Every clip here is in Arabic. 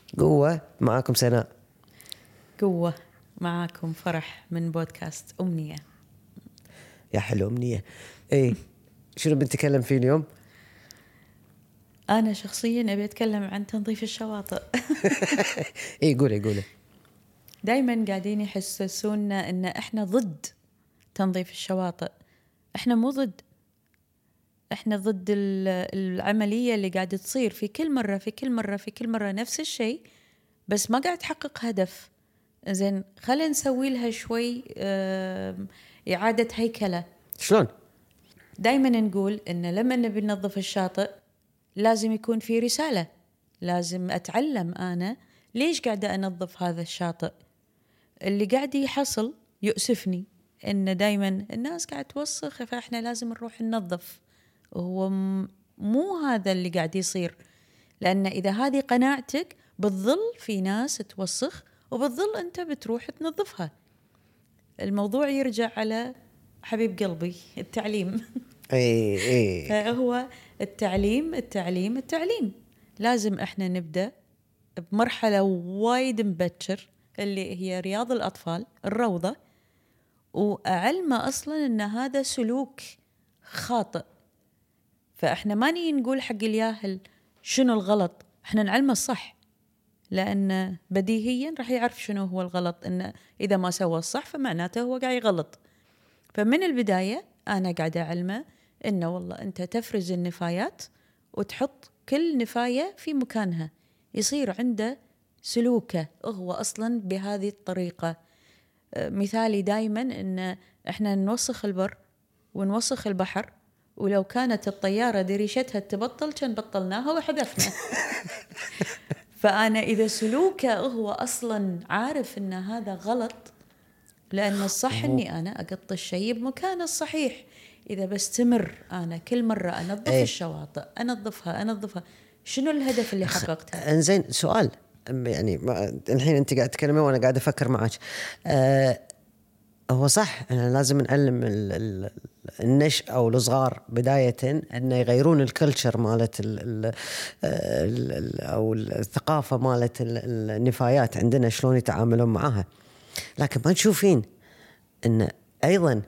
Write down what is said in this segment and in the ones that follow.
قوة. معاكم سناء. قوة. معاكم فرح من بودكاست أمنية. يا حلو أمنية. إيه شنو بنتكلم فيه اليوم؟ أنا شخصيا أبي أتكلم عن تنظيف الشواطئ. إيه قولي. دايما قاعدين يحسسونا إن إحنا ضد تنظيف الشواطئ. إحنا مو ضد، إحنا ضد العملية اللي قاعدة تصير في كل مرة نفس الشيء، بس ما قاعد تحقق هدف. زين خلينا نسوي لها شوي إعادة هيكلة. شلون؟ دايما نقول إن لما نبي ننظف الشاطئ لازم يكون في رسالة، لازم أتعلم أنا ليش قاعدة أنظف هذا الشاطئ. اللي قاعد يحصل يؤسفني إن دايما الناس قاعد توسخ فإحنا لازم نروح ننظف. وهو مو هذا اللي قاعد يصير، لأن إذا هذه قناعتك بتظل في ناس توسخ وبتظل أنت بتروح تنظفها. الموضوع يرجع على حبيب قلبي التعليم. إيه فهو التعليم لازم احنا نبدأ بمرحلة وايد مبكر اللي هي رياض الأطفال، الروضة، وأعلمه أصلا أن هذا سلوك خاطئ. فإحنا ما نيجي نقول حق الياهل شنو الغلط، إحنا نعلمه الصح، لأن بديهيا راح يعرف شنو هو الغلط. إن إذا ما سوى الصح فمعناته هو قاعد يغلط. فمن البداية أنا قاعدة أعلمه إنه والله أنت تفرز النفايات وتحط كل نفاية في مكانها، يصير عنده سلوكه هو أصلا بهذه الطريقة. مثالي دايما إن إحنا نوسخ البر ونوسخ البحر، ولو كانت الطيارة دريشتها تبطل كان بطلناها وحذفنا. فأنا إذا سلوكه هو أصلا عارف إن هذا غلط، لأن الصح أني أنا أقط الشيء بمكانه الصحيح. إذا بستمر أنا كل مرة أنظف الشواطئ أنظفها، شنو الهدف اللي حققته؟ إنزين سؤال، يعني الحين أنت قاعد تتكلمي وأنا قاعد أفكر معك. هو صح أنا لازم نعلم النشء أو الصغار بداية أن يغيرون الكلتشر مالت أو الثقافة مالت النفايات عندنا شلون يتعاملون معها، لكن ما تشوفين أن أيضا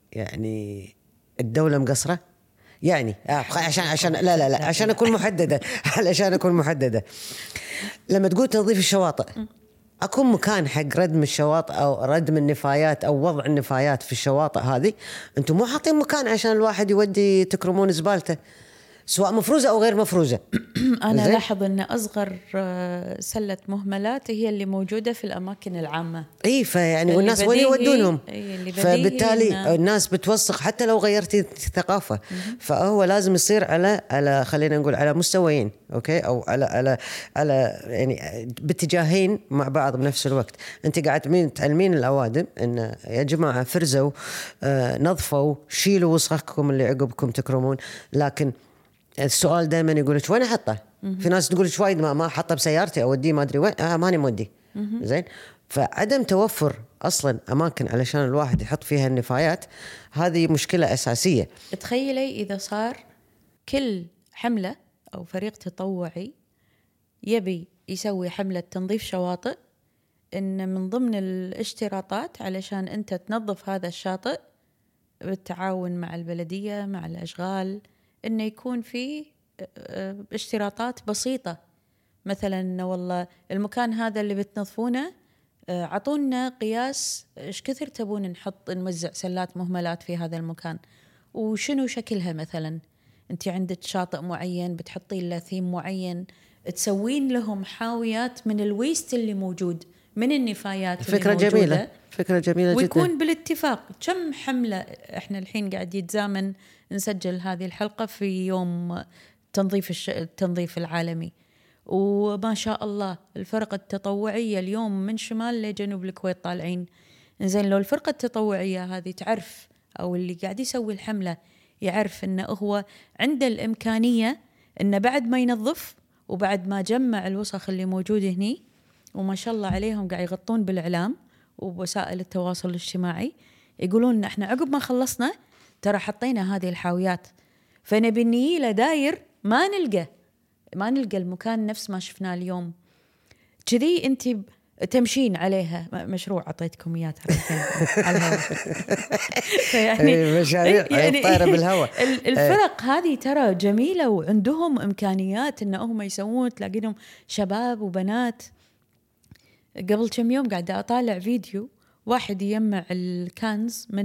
يعني الدولة مقصرة. يعني عشان لا عشان أكون محددة علشان أكون محددة. لما تقول تنظيف الشواطئ، أكون مكان حق ردم الشواطئ أو ردم النفايات أو وضع النفايات في الشواطئ هذه، أنتم مو حاطين مكان عشان الواحد يودي تكرمون زبالته سواء مفروزة أو غير مفروزة. أنا لاحظ أن أصغر سلة مهملات هي اللي موجودة في الأماكن العامة. إيه فيعني والناس وين يودونهم؟ فبالتالي الناس بتوسخ حتى لو غيرتي الثقافة. فهو لازم يصير على خلينا نقول على مستويين، أوكي، أو على يعني باتجاهين مع بعض بنفس الوقت. أنت قاعد تعلمين الأوادم إن يا جماعة فرزوا، نظفوا، شيلوا وسخكم اللي عقبكم تكرمون. لكن السؤال دائما يقولك وين أحطه؟ في ناس تقولك وايد ما أحطه بسيارتي أوديه ما أدري وين، ماني مودي. زين، فعدم توفر أصلا أماكن علشان الواحد يحط فيها النفايات هذه مشكلة أساسية. تخيلي إذا صار كل حملة أو فريق تطوعي يبي يسوي حملة تنظيف شواطئ، إن من ضمن الاشتراطات علشان أنت تنظف هذا الشاطئ بالتعاون مع البلدية مع الأشغال، إنه يكون في اشتراطات بسيطة. مثلا والله المكان هذا اللي بتنظفونه عطونا قياس إيش كثر تبون نوزع سلات مهملات في هذا المكان، وشنو شكلها. مثلا أنت عندك شاطئ معين بتحطين له ثيم معين، تسوين لهم حاويات من الويست اللي موجود من النفايات. فكرة جميلة، فكرة جميلة جدا. ويكون بالاتفاق. كم حملة احنا الحين قاعد يتزامن نسجل هذه الحلقة في يوم التنظيف العالمي، وما شاء الله الفرقة التطوعية اليوم من شمال لجنوب الكويت طالعين. إنزين لو الفرقة التطوعية هذه تعرف، أو اللي قاعد يسوي الحملة يعرف إنه هو عنده الإمكانية إنه بعد ما ينظف وبعد ما جمع الوسخ اللي موجود هني، وما شاء الله عليهم قاعد يغطون بالإعلام وبوسائل التواصل الاجتماعي، يقولون إن إحنا عقب ما خلصنا ترى حطينا هذه الحاويات. فنبي نيله داير ما نلقى المكان نفس ما شفناه اليوم. كذي أنت تمشين عليها. مشروع أعطيتكم إياه على الهواء. يعني مشاريع يعني طايرة بالهواء. الفرق هذه ترى جميلة وعندهم إمكانيات إن هم يسوون، تلاقيهم شباب وبنات. قبل كم يوم قاعدة أطالع فيديو واحد يجمع الكنز من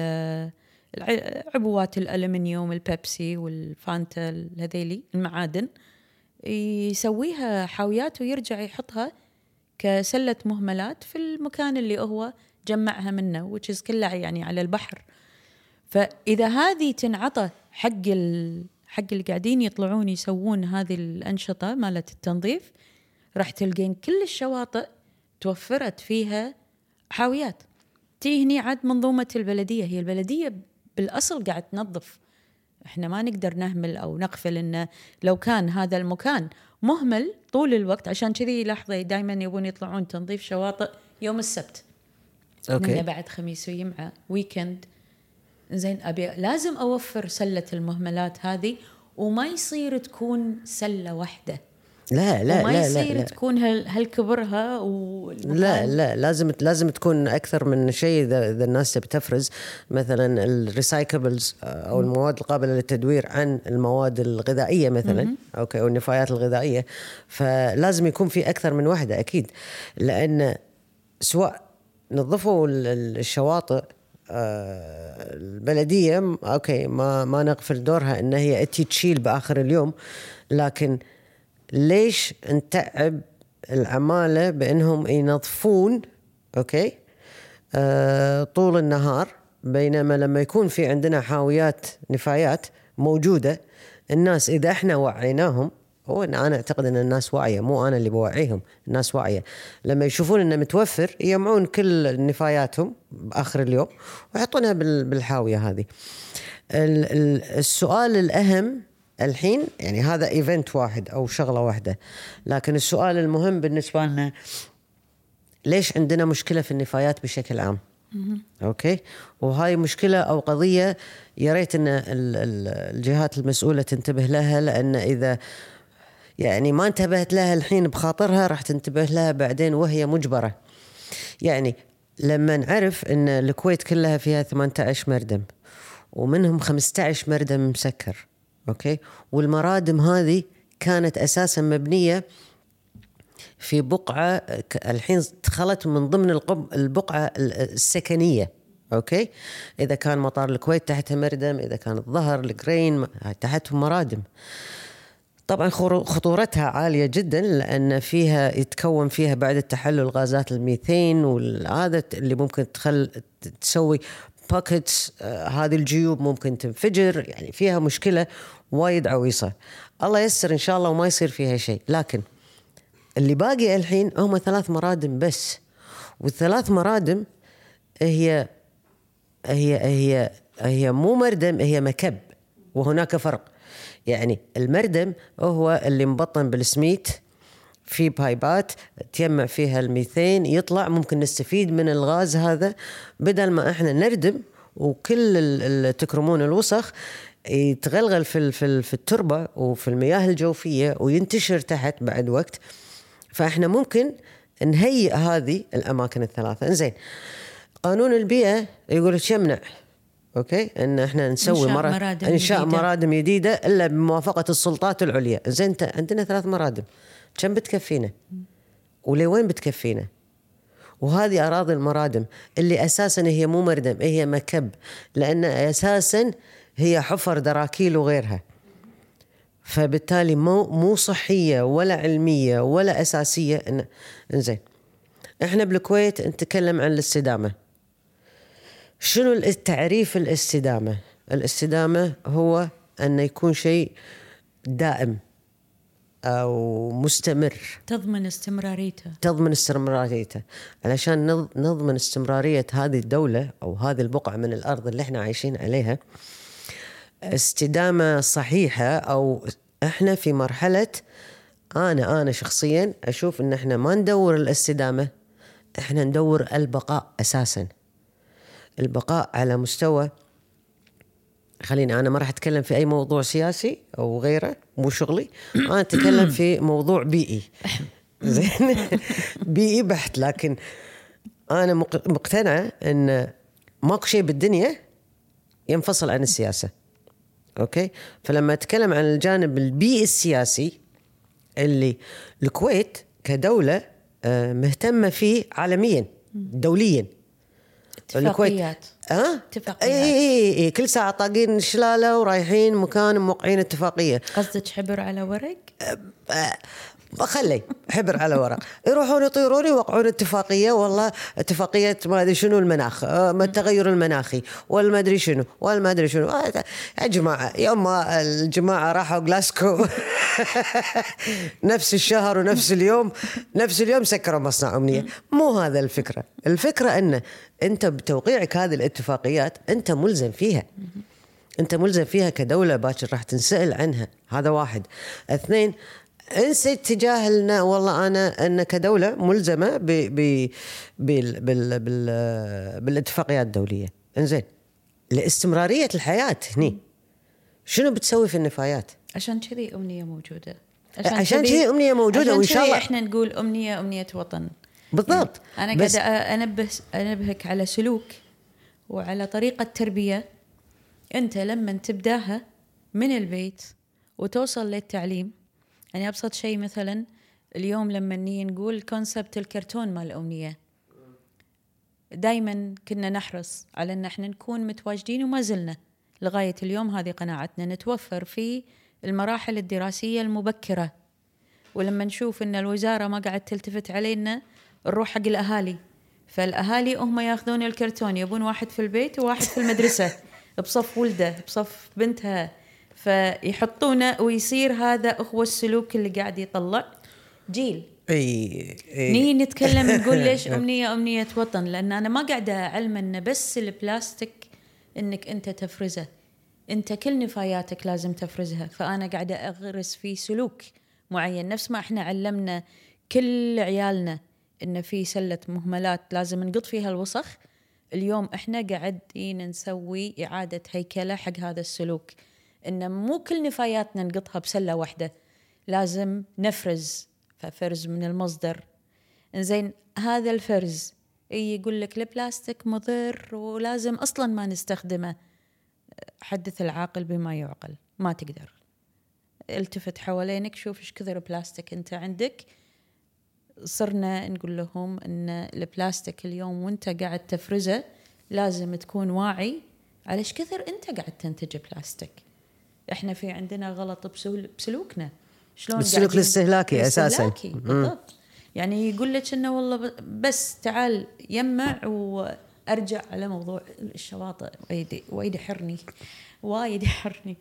عبوات الألمنيوم، البيبسي والفانتا، هذيلي المعادن، يسويها حاويات ويرجع يحطها كسلة مهملات في المكان اللي هو جمعها منه، وتشز كلها يعني على البحر. فإذا هذه تنعطى حق اللي قاعدين يطلعون يسوون هذه الأنشطة مالت التنظيف، راح تلقين كل الشواطئ توفرت فيها حاويات. تي هني عاد منظومة البلدية، هي البلدية بالأصل قاعد تنظف، احنا ما نقدر نهمل أو نغفل إنه لو كان هذا المكان مهمل طول الوقت. عشان كذي لاحظي دائما يبون يطلعون تنظيف شواطئ يوم السبت، أوكي. بعد خميس ويمعة ويكند. زين أبي لازم أوفر سلة المهملات هذه، وما يصير تكون سلة واحدة. لا لا وما لا يصير لا تكون هالكبرها لا لازم تكون أكثر من شيء. إذا الناس بتفرز مثلا الريسايكلبلز أو المواد القابلة للتدوير عن المواد الغذائية مثلا، أوكي، أو النفايات الغذائية، فلازم يكون في أكثر من واحدة أكيد. لأن سواء نظفوا الشواطئ، البلدية أوكي ما نغفل دورها إن هي تشيل بآخر اليوم، لكن ليش نتعب العمالة بأنهم ينظفون أوكي طول النهار، بينما لما يكون في عندنا حاويات نفايات موجودة، الناس إذا إحنا وعيناهم، هو أنا أعتقد أن الناس واعية، مو أنا اللي بوعيهم، الناس واعية، لما يشوفون أنه متوفر يجمعون كل نفاياتهم بآخر اليوم ويحطونها بالحاوية هذه. السؤال الأهم الحين، يعني هذا إيفنت واحد أو شغلة واحدة، لكن السؤال المهم بالنسبة لنا، ليش عندنا مشكلة في النفايات بشكل عام؟ أوكي، وهاي مشكلة أو قضية يا ريت أن الجهات المسؤولة تنتبه لها، لأن إذا يعني ما انتبهت لها الحين بخاطرها راح تنتبه لها بعدين وهي مجبرة. يعني لما نعرف أن الكويت كلها فيها 18 مردم ومنهم 15 مردم مسكر، أوكي، والمرادم هذه كانت أساسا مبنية في بقعة الحين دخلت من ضمن البقعة السكنية، أوكي. إذا كان مطار الكويت تحت مردم، إذا كان الظهر القرين تحتهم مرادم. طبعا خطورتها عالية جدا، لأن فيها يتكون فيها بعد التحلل غازات الميثين والعادة اللي ممكن تسوي باكيتس، هذه الجيوب ممكن تنفجر، يعني فيها مشكلة وايد عويصة. الله يسر إن شاء الله وما يصير فيها شيء. لكن اللي باقي الحين هم 3 مرادم بس، والثلاث مرادم هي مو مردم، هي مكب، وهناك فرق. يعني المردم هو اللي مبطن بالسميت في بايبات تجمع فيها الميثين يطلع، ممكن نستفيد من الغاز هذا بدل ما احنا نردم وكل التكرمون الوسخ يتغلغل في التربة وفي المياه الجوفية وينتشر تحت بعد وقت. فاحنا ممكن نهيئ هذه الأماكن الثلاثة. إنزين، قانون البيئة يقول لك يمنع أوكي إن إحنا نسوي إنشاء مرادم جديدة إلا بموافقة السلطات العليا. إنزين، عندنا 3 مرادم، كم بتكفينا؟ ولوين بتكفينا؟ وهذه أراضي المرادم اللي أساسا هي مو مردم، هي مكب، لأن أساسا هي حفر دراكيل وغيرها. فبالتالي مو صحية ولا علمية ولا أساسية. إنزين، إحنا بالكويت نتكلم عن الاستدامة. شنو التعريف الاستدامة؟ الاستدامة هو أن يكون شيء دائم أو مستمر، تضمن استمراريته. علشان نضمن استمرارية هذه الدولة أو هذه البقعة من الأرض اللي احنا عايشين عليها، استدامة صحيحة. أو احنا في مرحلة، أنا شخصيا أشوف إن احنا ما ندور الاستدامة، احنا ندور البقاء أساسا. البقاء على مستوى، أنا ما راح أتكلم في أي موضوع سياسي أو غيره، مو شغلي. أنا أتكلم في موضوع بيئي. زين بيئي بحت. لكن أنا مقتنعة أن ماكو شيء بالدنيا ينفصل عن السياسة. أوكي، فلما أتكلم عن الجانب البيئي السياسي اللي الكويت كدولة مهتمة فيه عالميا دوليا، اتفاقيات اي كل ساعة طاقين شلالة ورايحين مكان موقعين اتفاقية. قصدك حبر على ورق؟ خلي حبر على ورق، يروحون يطيرون يوقعون اتفاقية، والله اتفاقية ما أدري شنو المناخ، ما التغير المناخي والما أدري شنو والما أدري شنو. يا جماعة يوم ما الجماعة راحوا غلاسكو نفس الشهر ونفس اليوم سكروا مصنع أمنية. مو هذا الفكرة. الفكرة أن أنت بتوقيعك هذه الاتفاقيات أنت ملزم فيها، أنت ملزم فيها كدولة، باكر راح تنسأل عنها. هذا واحد. اثنين، انسى تجاهلنا والله أنا كدولة ملزمة بالاتفاقيات الدولية. انزين، لاستمرارية الحياة هني شنو بتسوي في النفايات؟ عشان كذي أمنية موجودة، عشان كذي أمنية موجودة، وإن شاء الله إحنا نقول أمنية وطن. بالضبط. يعني أنا قاعدة أنبهك على سلوك وعلى طريقة تربية أنت لما تبداها من البيت وتوصل للتعليم. يعني أبسط شيء مثلا اليوم لما نقول كونسبت الكرتون مال الأمنية، دايما كنا نحرص على أن احنا نكون متواجدين وما زلنا لغاية اليوم، هذه قناعتنا، نتوفر في المراحل الدراسية المبكرة. ولما نشوف أن الوزارة ما قاعد تلتفت علينا نروح حق الأهالي، فالأهالي هم ياخذون الكرتون، يبون واحد في البيت وواحد في المدرسة بصف ولده بصف بنتها، فيحطونه ويصير هذا هو السلوك اللي قاعد يطلع جيل. نيجي نتكلم نقول ليش أمنية وطن، لأن أنا ما قاعدة أعلم أن بس البلاستيك إنك أنت تفرزه، أنت كل نفاياتك لازم تفرزها. فأنا قاعدة أغرس في سلوك معين، نفس ما إحنا علمنا كل عيالنا إن في سلة مهملات لازم نقط فيها الوسخ. اليوم إحنا قاعدين نسوي إعادة هيكلة حق هذا السلوك، إن مو كل نفاياتنا نقطها بسلة واحدة، لازم نفرز، ففرز من المصدر. إنزين، هذا الفرز يقول لك البلاستيك مضر ولازم أصلا ما نستخدمه. حدث العاقل بما يعقل، ما تقدر. التفت حوالينك، شوف إيش كثر بلاستيك أنت عندك. صرنا نقول لهم إن البلاستيك اليوم وأنت قاعد تفرزه لازم تكون واعي على إيش كثر أنت قاعد تنتج بلاستيك. إحنا في عندنا غلط بسلوكنا، شلون بالسلوك الاستهلاكي أساساً. بالضبط. يعني يقول لك إنه والله بس تعال يمع. وأرجع على موضوع الشواطئ، وايد يحرني.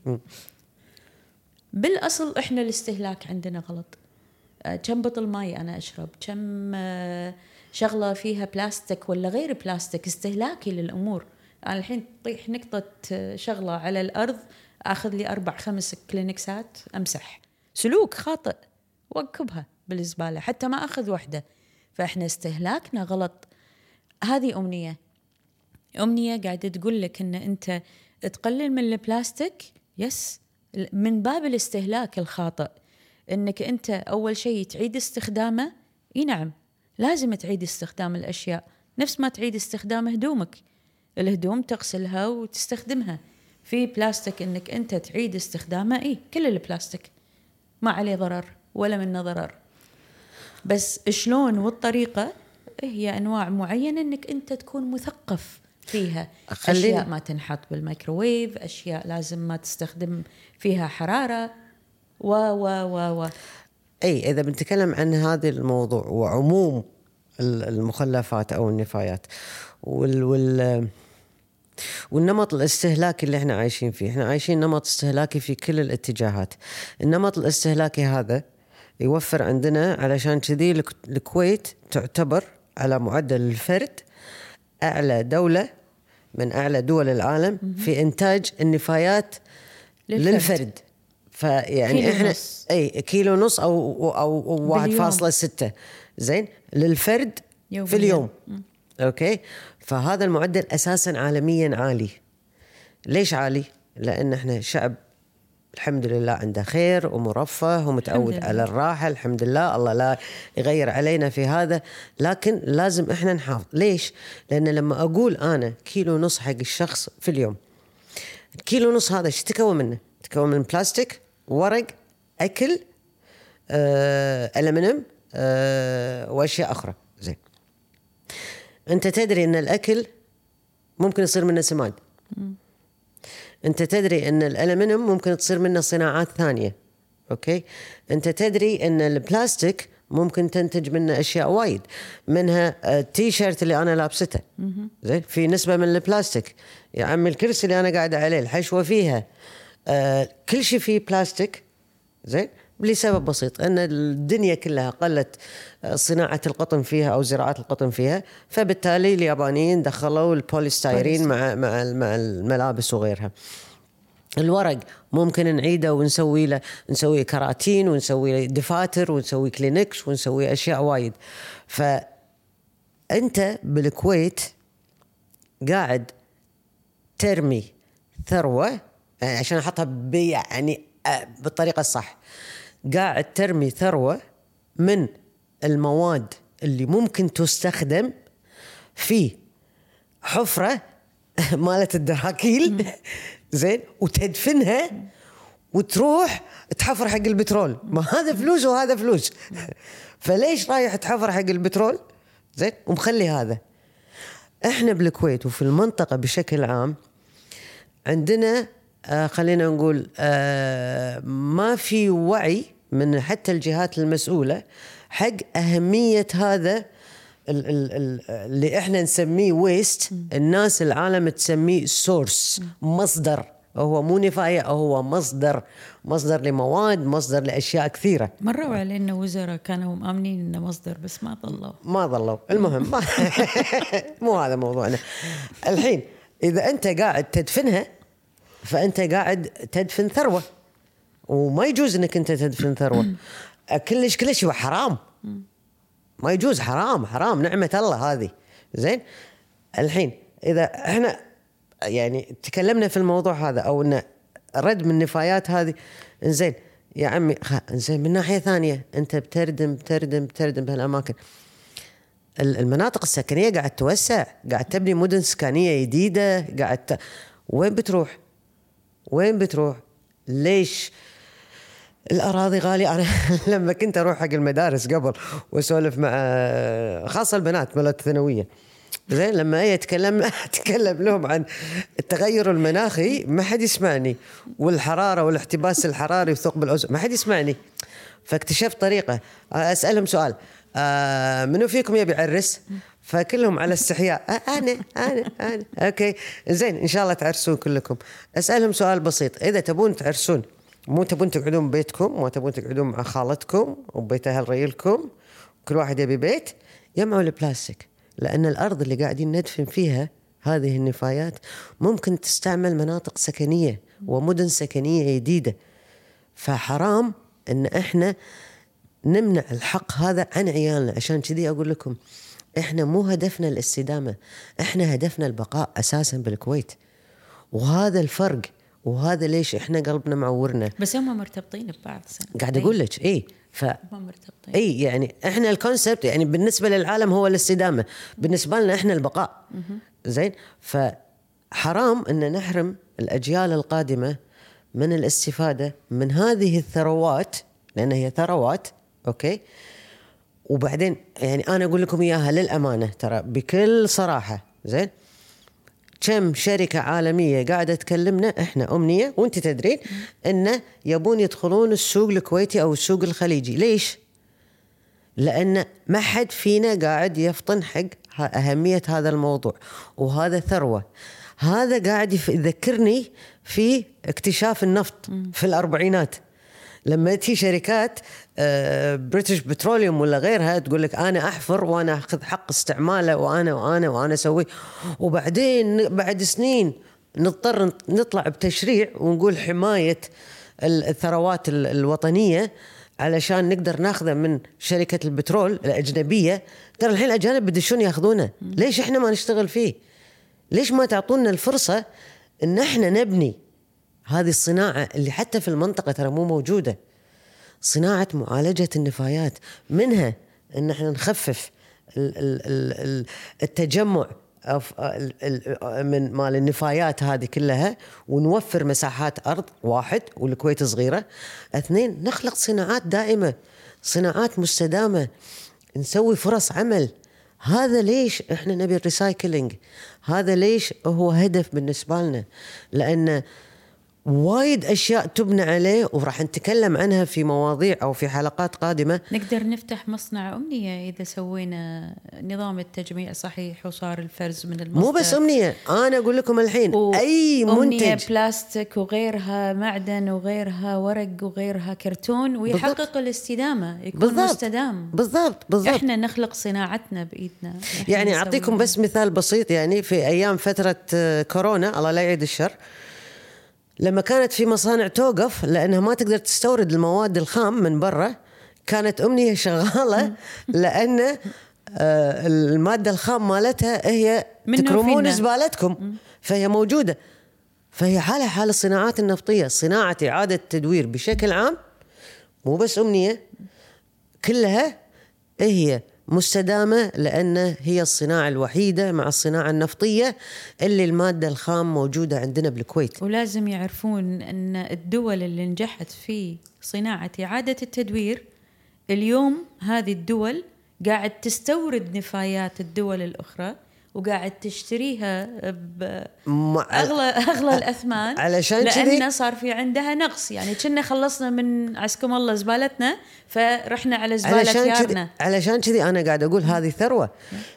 بالأصل إحنا الاستهلاك عندنا غلط. كم بطل ماي أنا أشرب، كم شغلة فيها بلاستيك ولا غير بلاستيك استهلاكي للأمور. أنا الحين طيح نقطة شغلة على الأرض أخذ لي 4-5 كلينكسات أمسح. سلوك خاطئ، وأكبها بالزبالة حتى ما أخذ واحدة. فإحنا استهلاكنا غلط. هذه أمنية قاعدة تقول لك إن أنت تقلل من البلاستيك، يس، من باب الاستهلاك الخاطئ. إنك أنت أول شيء تعيد استخدامه. نعم، لازم تعيد استخدام الأشياء، نفس ما تعيد استخدام هدومك. الهدوم تغسلها وتستخدمها. في بلاستيك إنك أنت تعيد استخدامه، كل البلاستيك ما عليه ضرر ولا منه ضرر، بس شلون والطريقة هي أنواع معينة إنك أنت تكون مثقف فيها. أشياء ما تنحط بالميكروويف، أشياء لازم ما تستخدم فيها حرارة أي إذا بنتكلم عن هذا الموضوع وعموم المخلفات أو النفايات والنمط الاستهلاكي اللي احنا عايشين فيه، احنا عايشين نمط استهلاكي في كل الاتجاهات. النمط الاستهلاكي هذا يوفر عندنا، علشان كذي الكويت تعتبر على معدل الفرد أعلى دولة من أعلى دول العالم في إنتاج النفايات للفرد. فيعني احنا كيلو ونص أو 1.6 زين للفرد في اليوم. أوكي، فهذا المعدل أساسا عالميا عالي. ليش عالي؟ لأن احنا شعب الحمد لله عنده خير ومرفه ومتعود على الراحة، الحمد لله، الله لا يغير علينا في هذا. لكن لازم إحنا نحافظ. ليش؟ لأن لما أقول أنا 1.5 كيلو حق الشخص في اليوم، 1.5 كيلو هذا إيش تكون منه؟ تكون من بلاستيك، ورق، أكل، ألمنيوم، وأشياء أخرى. زين، أنت تدري أن الأكل ممكن يصير منه سماد. أنت تدري أن الألمنيوم ممكن تصير منه صناعات ثانية. أوكي، أنت تدري أن البلاستيك ممكن تنتج منه أشياء وايد، منها التيشيرت اللي أنا لابسته، زين، في نسبة من البلاستيك. يا عمي الكرسي اللي أنا قاعد عليه الحشوة فيها، كل شيء فيه بلاستيك. زين، لسبب بسيط، أن الدنيا كلها قلت صناعة القطن فيها أو زراعة القطن فيها، فبالتالي اليابانيين دخلوا البوليستيرين مع الملابس وغيرها. الورق ممكن نعيده نسوي كراتين، ونسوي دفاتر، ونسوي كلينكس، ونسوي أشياء وايد. فأنت بالكويت قاعد ترمي ثروة، يعني عشان أحطها يعني بالطريقة الصح، قاعد ترمي ثروة من المواد اللي ممكن تستخدم في حفرة مالت الدراكيل، زين، وتدفنها وتروح تحفر حق البترول. ما هذا فلوس وهذا فلوس. فليش رايح تحفر حق البترول؟ زين، ومخلي هذا. احنا بالكويت وفي المنطقة بشكل عام عندنا خلينا نقول ما في وعي من حتى الجهات المسؤولة حق أهمية هذا اللي احنا نسميه ويست. الناس العالم تسميه سورس، مصدر. هو مو نفاية، هو مصدر لمواد، مصدر لأشياء كثيرة. مروا علينا وزراء كانوا مآمنين إنه مصدر، بس ما ضلوا. المهم مو هذا موضوعنا الحين. إذا أنت قاعد تدفنها فأنت قاعد تدفن ثروة، وما يجوز أنك أنت تدفن ثروة. كلش هو حرام، ما يجوز، حرام نعمة الله هذه. زين، الحين إذا إحنا يعني تكلمنا في الموضوع هذا، أو إن رد من النفايات هذه، إنزين يا عمي، إنزين من ناحية ثانية أنت بتردم بهالأماكن. المناطق السكنية قاعد توسع، قاعد تبني مدن سكانية جديدة، وين بتروح؟ ليش الأراضي غالية؟ أنا لما كنت أروح حق المدارس قبل وأسولف مع خاصة البنات مالت الثانوية، زين، لما هي أتكلم لهم عن التغير المناخي ما حد يسمعني، والحرارة والاحتباس الحراري وثقب الأوزون ما حد يسمعني. فاكتشفت طريقة أسألهم سؤال: منو فيكم يبي يعرس؟ فكلهم على استحياء أنا أوكي، زين، إن شاء الله تعرسون كلكم. أسألهم سؤال بسيط: إذا تبون تعرسون، مو تبون تقعدون ببيتكم، مو تبون تقعدون مع خالتكم وبيت أهل ريلكم، كل واحد يبي بيت، يجمعوا البلاستيك. لأن الأرض اللي قاعدين ندفن فيها هذه النفايات ممكن تستعمل مناطق سكنية ومدن سكنية جديدة. فحرام إن إحنا نمنع الحق هذا عن عيالنا. عشان كذي أقول لكم إحنا مو هدفنا الاستدامة، إحنا هدفنا البقاء أساسا بالكويت. وهذا الفرق، وهذا ليش إحنا قلبنا معورنا. بس هم مرتبطين ببعض. قاعد أقول لك هم مرتبطين. يعني إحنا الكونسبت يعني بالنسبة للعالم هو الاستدامة، بالنسبة لنا إحنا البقاء. زين، فحرام إن نحرم الأجيال القادمة من الاستفادة من هذه الثروات، لأن هي ثروات. أوكي، وبعدين يعني أنا أقول لكم إياها للأمانة ترى بكل صراحة. زين، كم شركة عالمية قاعدة تكلمنا إحنا أمنية، وأنت تدرين إنه يبون يدخلون السوق الكويتي أو السوق الخليجي. ليش؟ لأن ما حد فينا قاعد يفطن حق أهمية هذا الموضوع، وهذا ثروة. هذا قاعد يذكرني في اكتشاف النفط في الأربعينات، لما تي شركات بريتش بتروليوم ولا غيرها تقول لك أنا أحفر وأنا أخذ حق استعماله وأنا أسوي، وبعدين بعد سنين نضطر نطلع بتشريع ونقول حماية الثروات الوطنية علشان نقدر ناخذه من شركة البترول الأجنبية. ترى الحين الأجانب بدشون ياخذونه. ليش إحنا ما نشتغل فيه؟ ليش ما تعطونا الفرصة إن إحنا نبني هذه الصناعة اللي حتى في المنطقة ترى مو موجودة، صناعة معالجة النفايات، منها ان احنا نخفف التجمع من مال النفايات هذه كلها، ونوفر مساحات أرض، واحد، والكويت صغيرة. اثنين، نخلق صناعات دائمة، صناعات مستدامة، نسوي فرص عمل. هذا ليش احنا نبي الريسايكلينج، هذا ليش هو هدف بالنسبة لنا، لأن وايد أشياء تبنى عليه وراح نتكلم عنها في مواضيع أو في حلقات قادمة. نقدر نفتح مصنع أمنية إذا سوينا نظام التجميع صحيح وصار الفرز من المصدر. مو بس أمنية، أنا أقول لكم الحين أي منتج، بلاستيك وغيرها، معدن وغيرها، ورق وغيرها، كرتون، ويحقق بالضبط الاستدامة، يكون بالضبط مستدام. بالضبط إحنا نخلق صناعتنا بإيدنا. يعني أعطيكم بس مثال بسيط. يعني في أيام فترة كورونا، الله لا يعيد الشر، لما كانت في مصانع توقف لأنها ما تقدر تستورد المواد الخام من برا، كانت أمنية شغالة لأن المادة الخام مالتها هي تكرمون زبالتكم، فهي موجودة. فهي حال الصناعات النفطية، صناعة إعادة تدوير بشكل عام، مو بس أمنية، كلها هي مستدامة، لأن هي الصناعة الوحيدة مع الصناعة النفطية اللي المادة الخام موجودة عندنا بالكويت. ولازم يعرفون أن الدول اللي نجحت في صناعة إعادة التدوير اليوم، هذه الدول قاعد تستورد نفايات الدول الأخرى وقاعد تشتريها بأغلى الأثمان، لأن صار في عندها نقص. يعني كنا خلصنا من عسكم الله زبالتنا، فرحنا على زبالة يارنا. علشان كذي أنا قاعد أقول هذه ثروة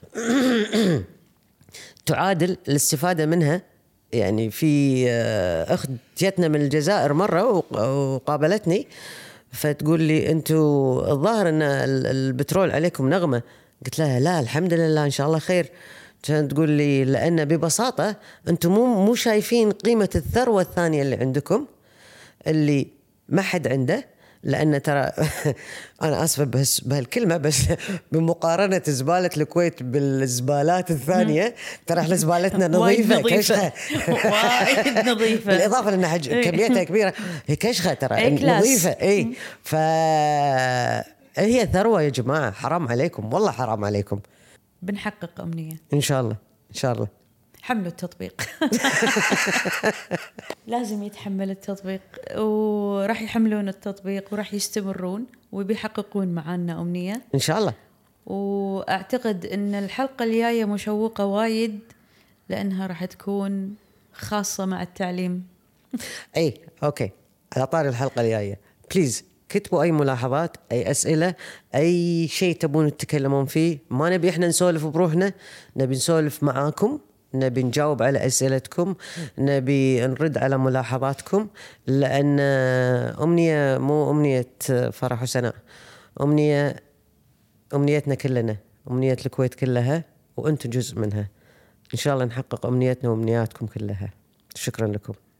تعادل الاستفادة منها. يعني في أخت جتنا من الجزائر مرة وقابلتني، فتقول لي أنتوا الظاهر أن البترول عليكم نغمة. قلت لها لا الحمد لله إن شاء الله خير. كانت تقول لي لأن ببساطة أنتم مو شايفين قيمة الثروة الثانية اللي عندكم اللي ما حد عنده. لأن ترى أنا آسفة بس بهالكلمة، بس بمقارنة زبالة الكويت بالزبالات الثانية، ترى إحنا زبالتنا نظيفة كشخة وايد نظيفة، بالإضافة لأن كميتها كبيرة، هي كشخة ترى نظيفة. إيه، فهي ثروة يا جماعة، حرام عليكم، والله حرام عليكم. بنحقق أمنية إن شاء الله، إن شاء الله. حملوا التطبيق. لازم يتحمل التطبيق، وراح يحملون التطبيق وراح يستمرون وبيحققون معنا أمنية إن شاء الله. وأعتقد أن الحلقة الجاية مشوقة وايد، لأنها راح تكون خاصة مع التعليم. أي أوكي، على طاري الحلقة الجاية بليز كتبوا أي ملاحظات، أي أسئلة، أي شيء تبون تتكلمون فيه. ما نبي إحنا نسولف بروحنا، نبي نسولف معاكم، نبي نجاوب على أسئلتكم، نبي نرد على ملاحظاتكم. لأن أمنية مو أمنية فرح وسناء، أمنيتنا كلنا، أمنية الكويت كلها، وأنتم جزء منها. إن شاء الله نحقق أمنيتنا وأمنياتكم كلها. شكرا لكم.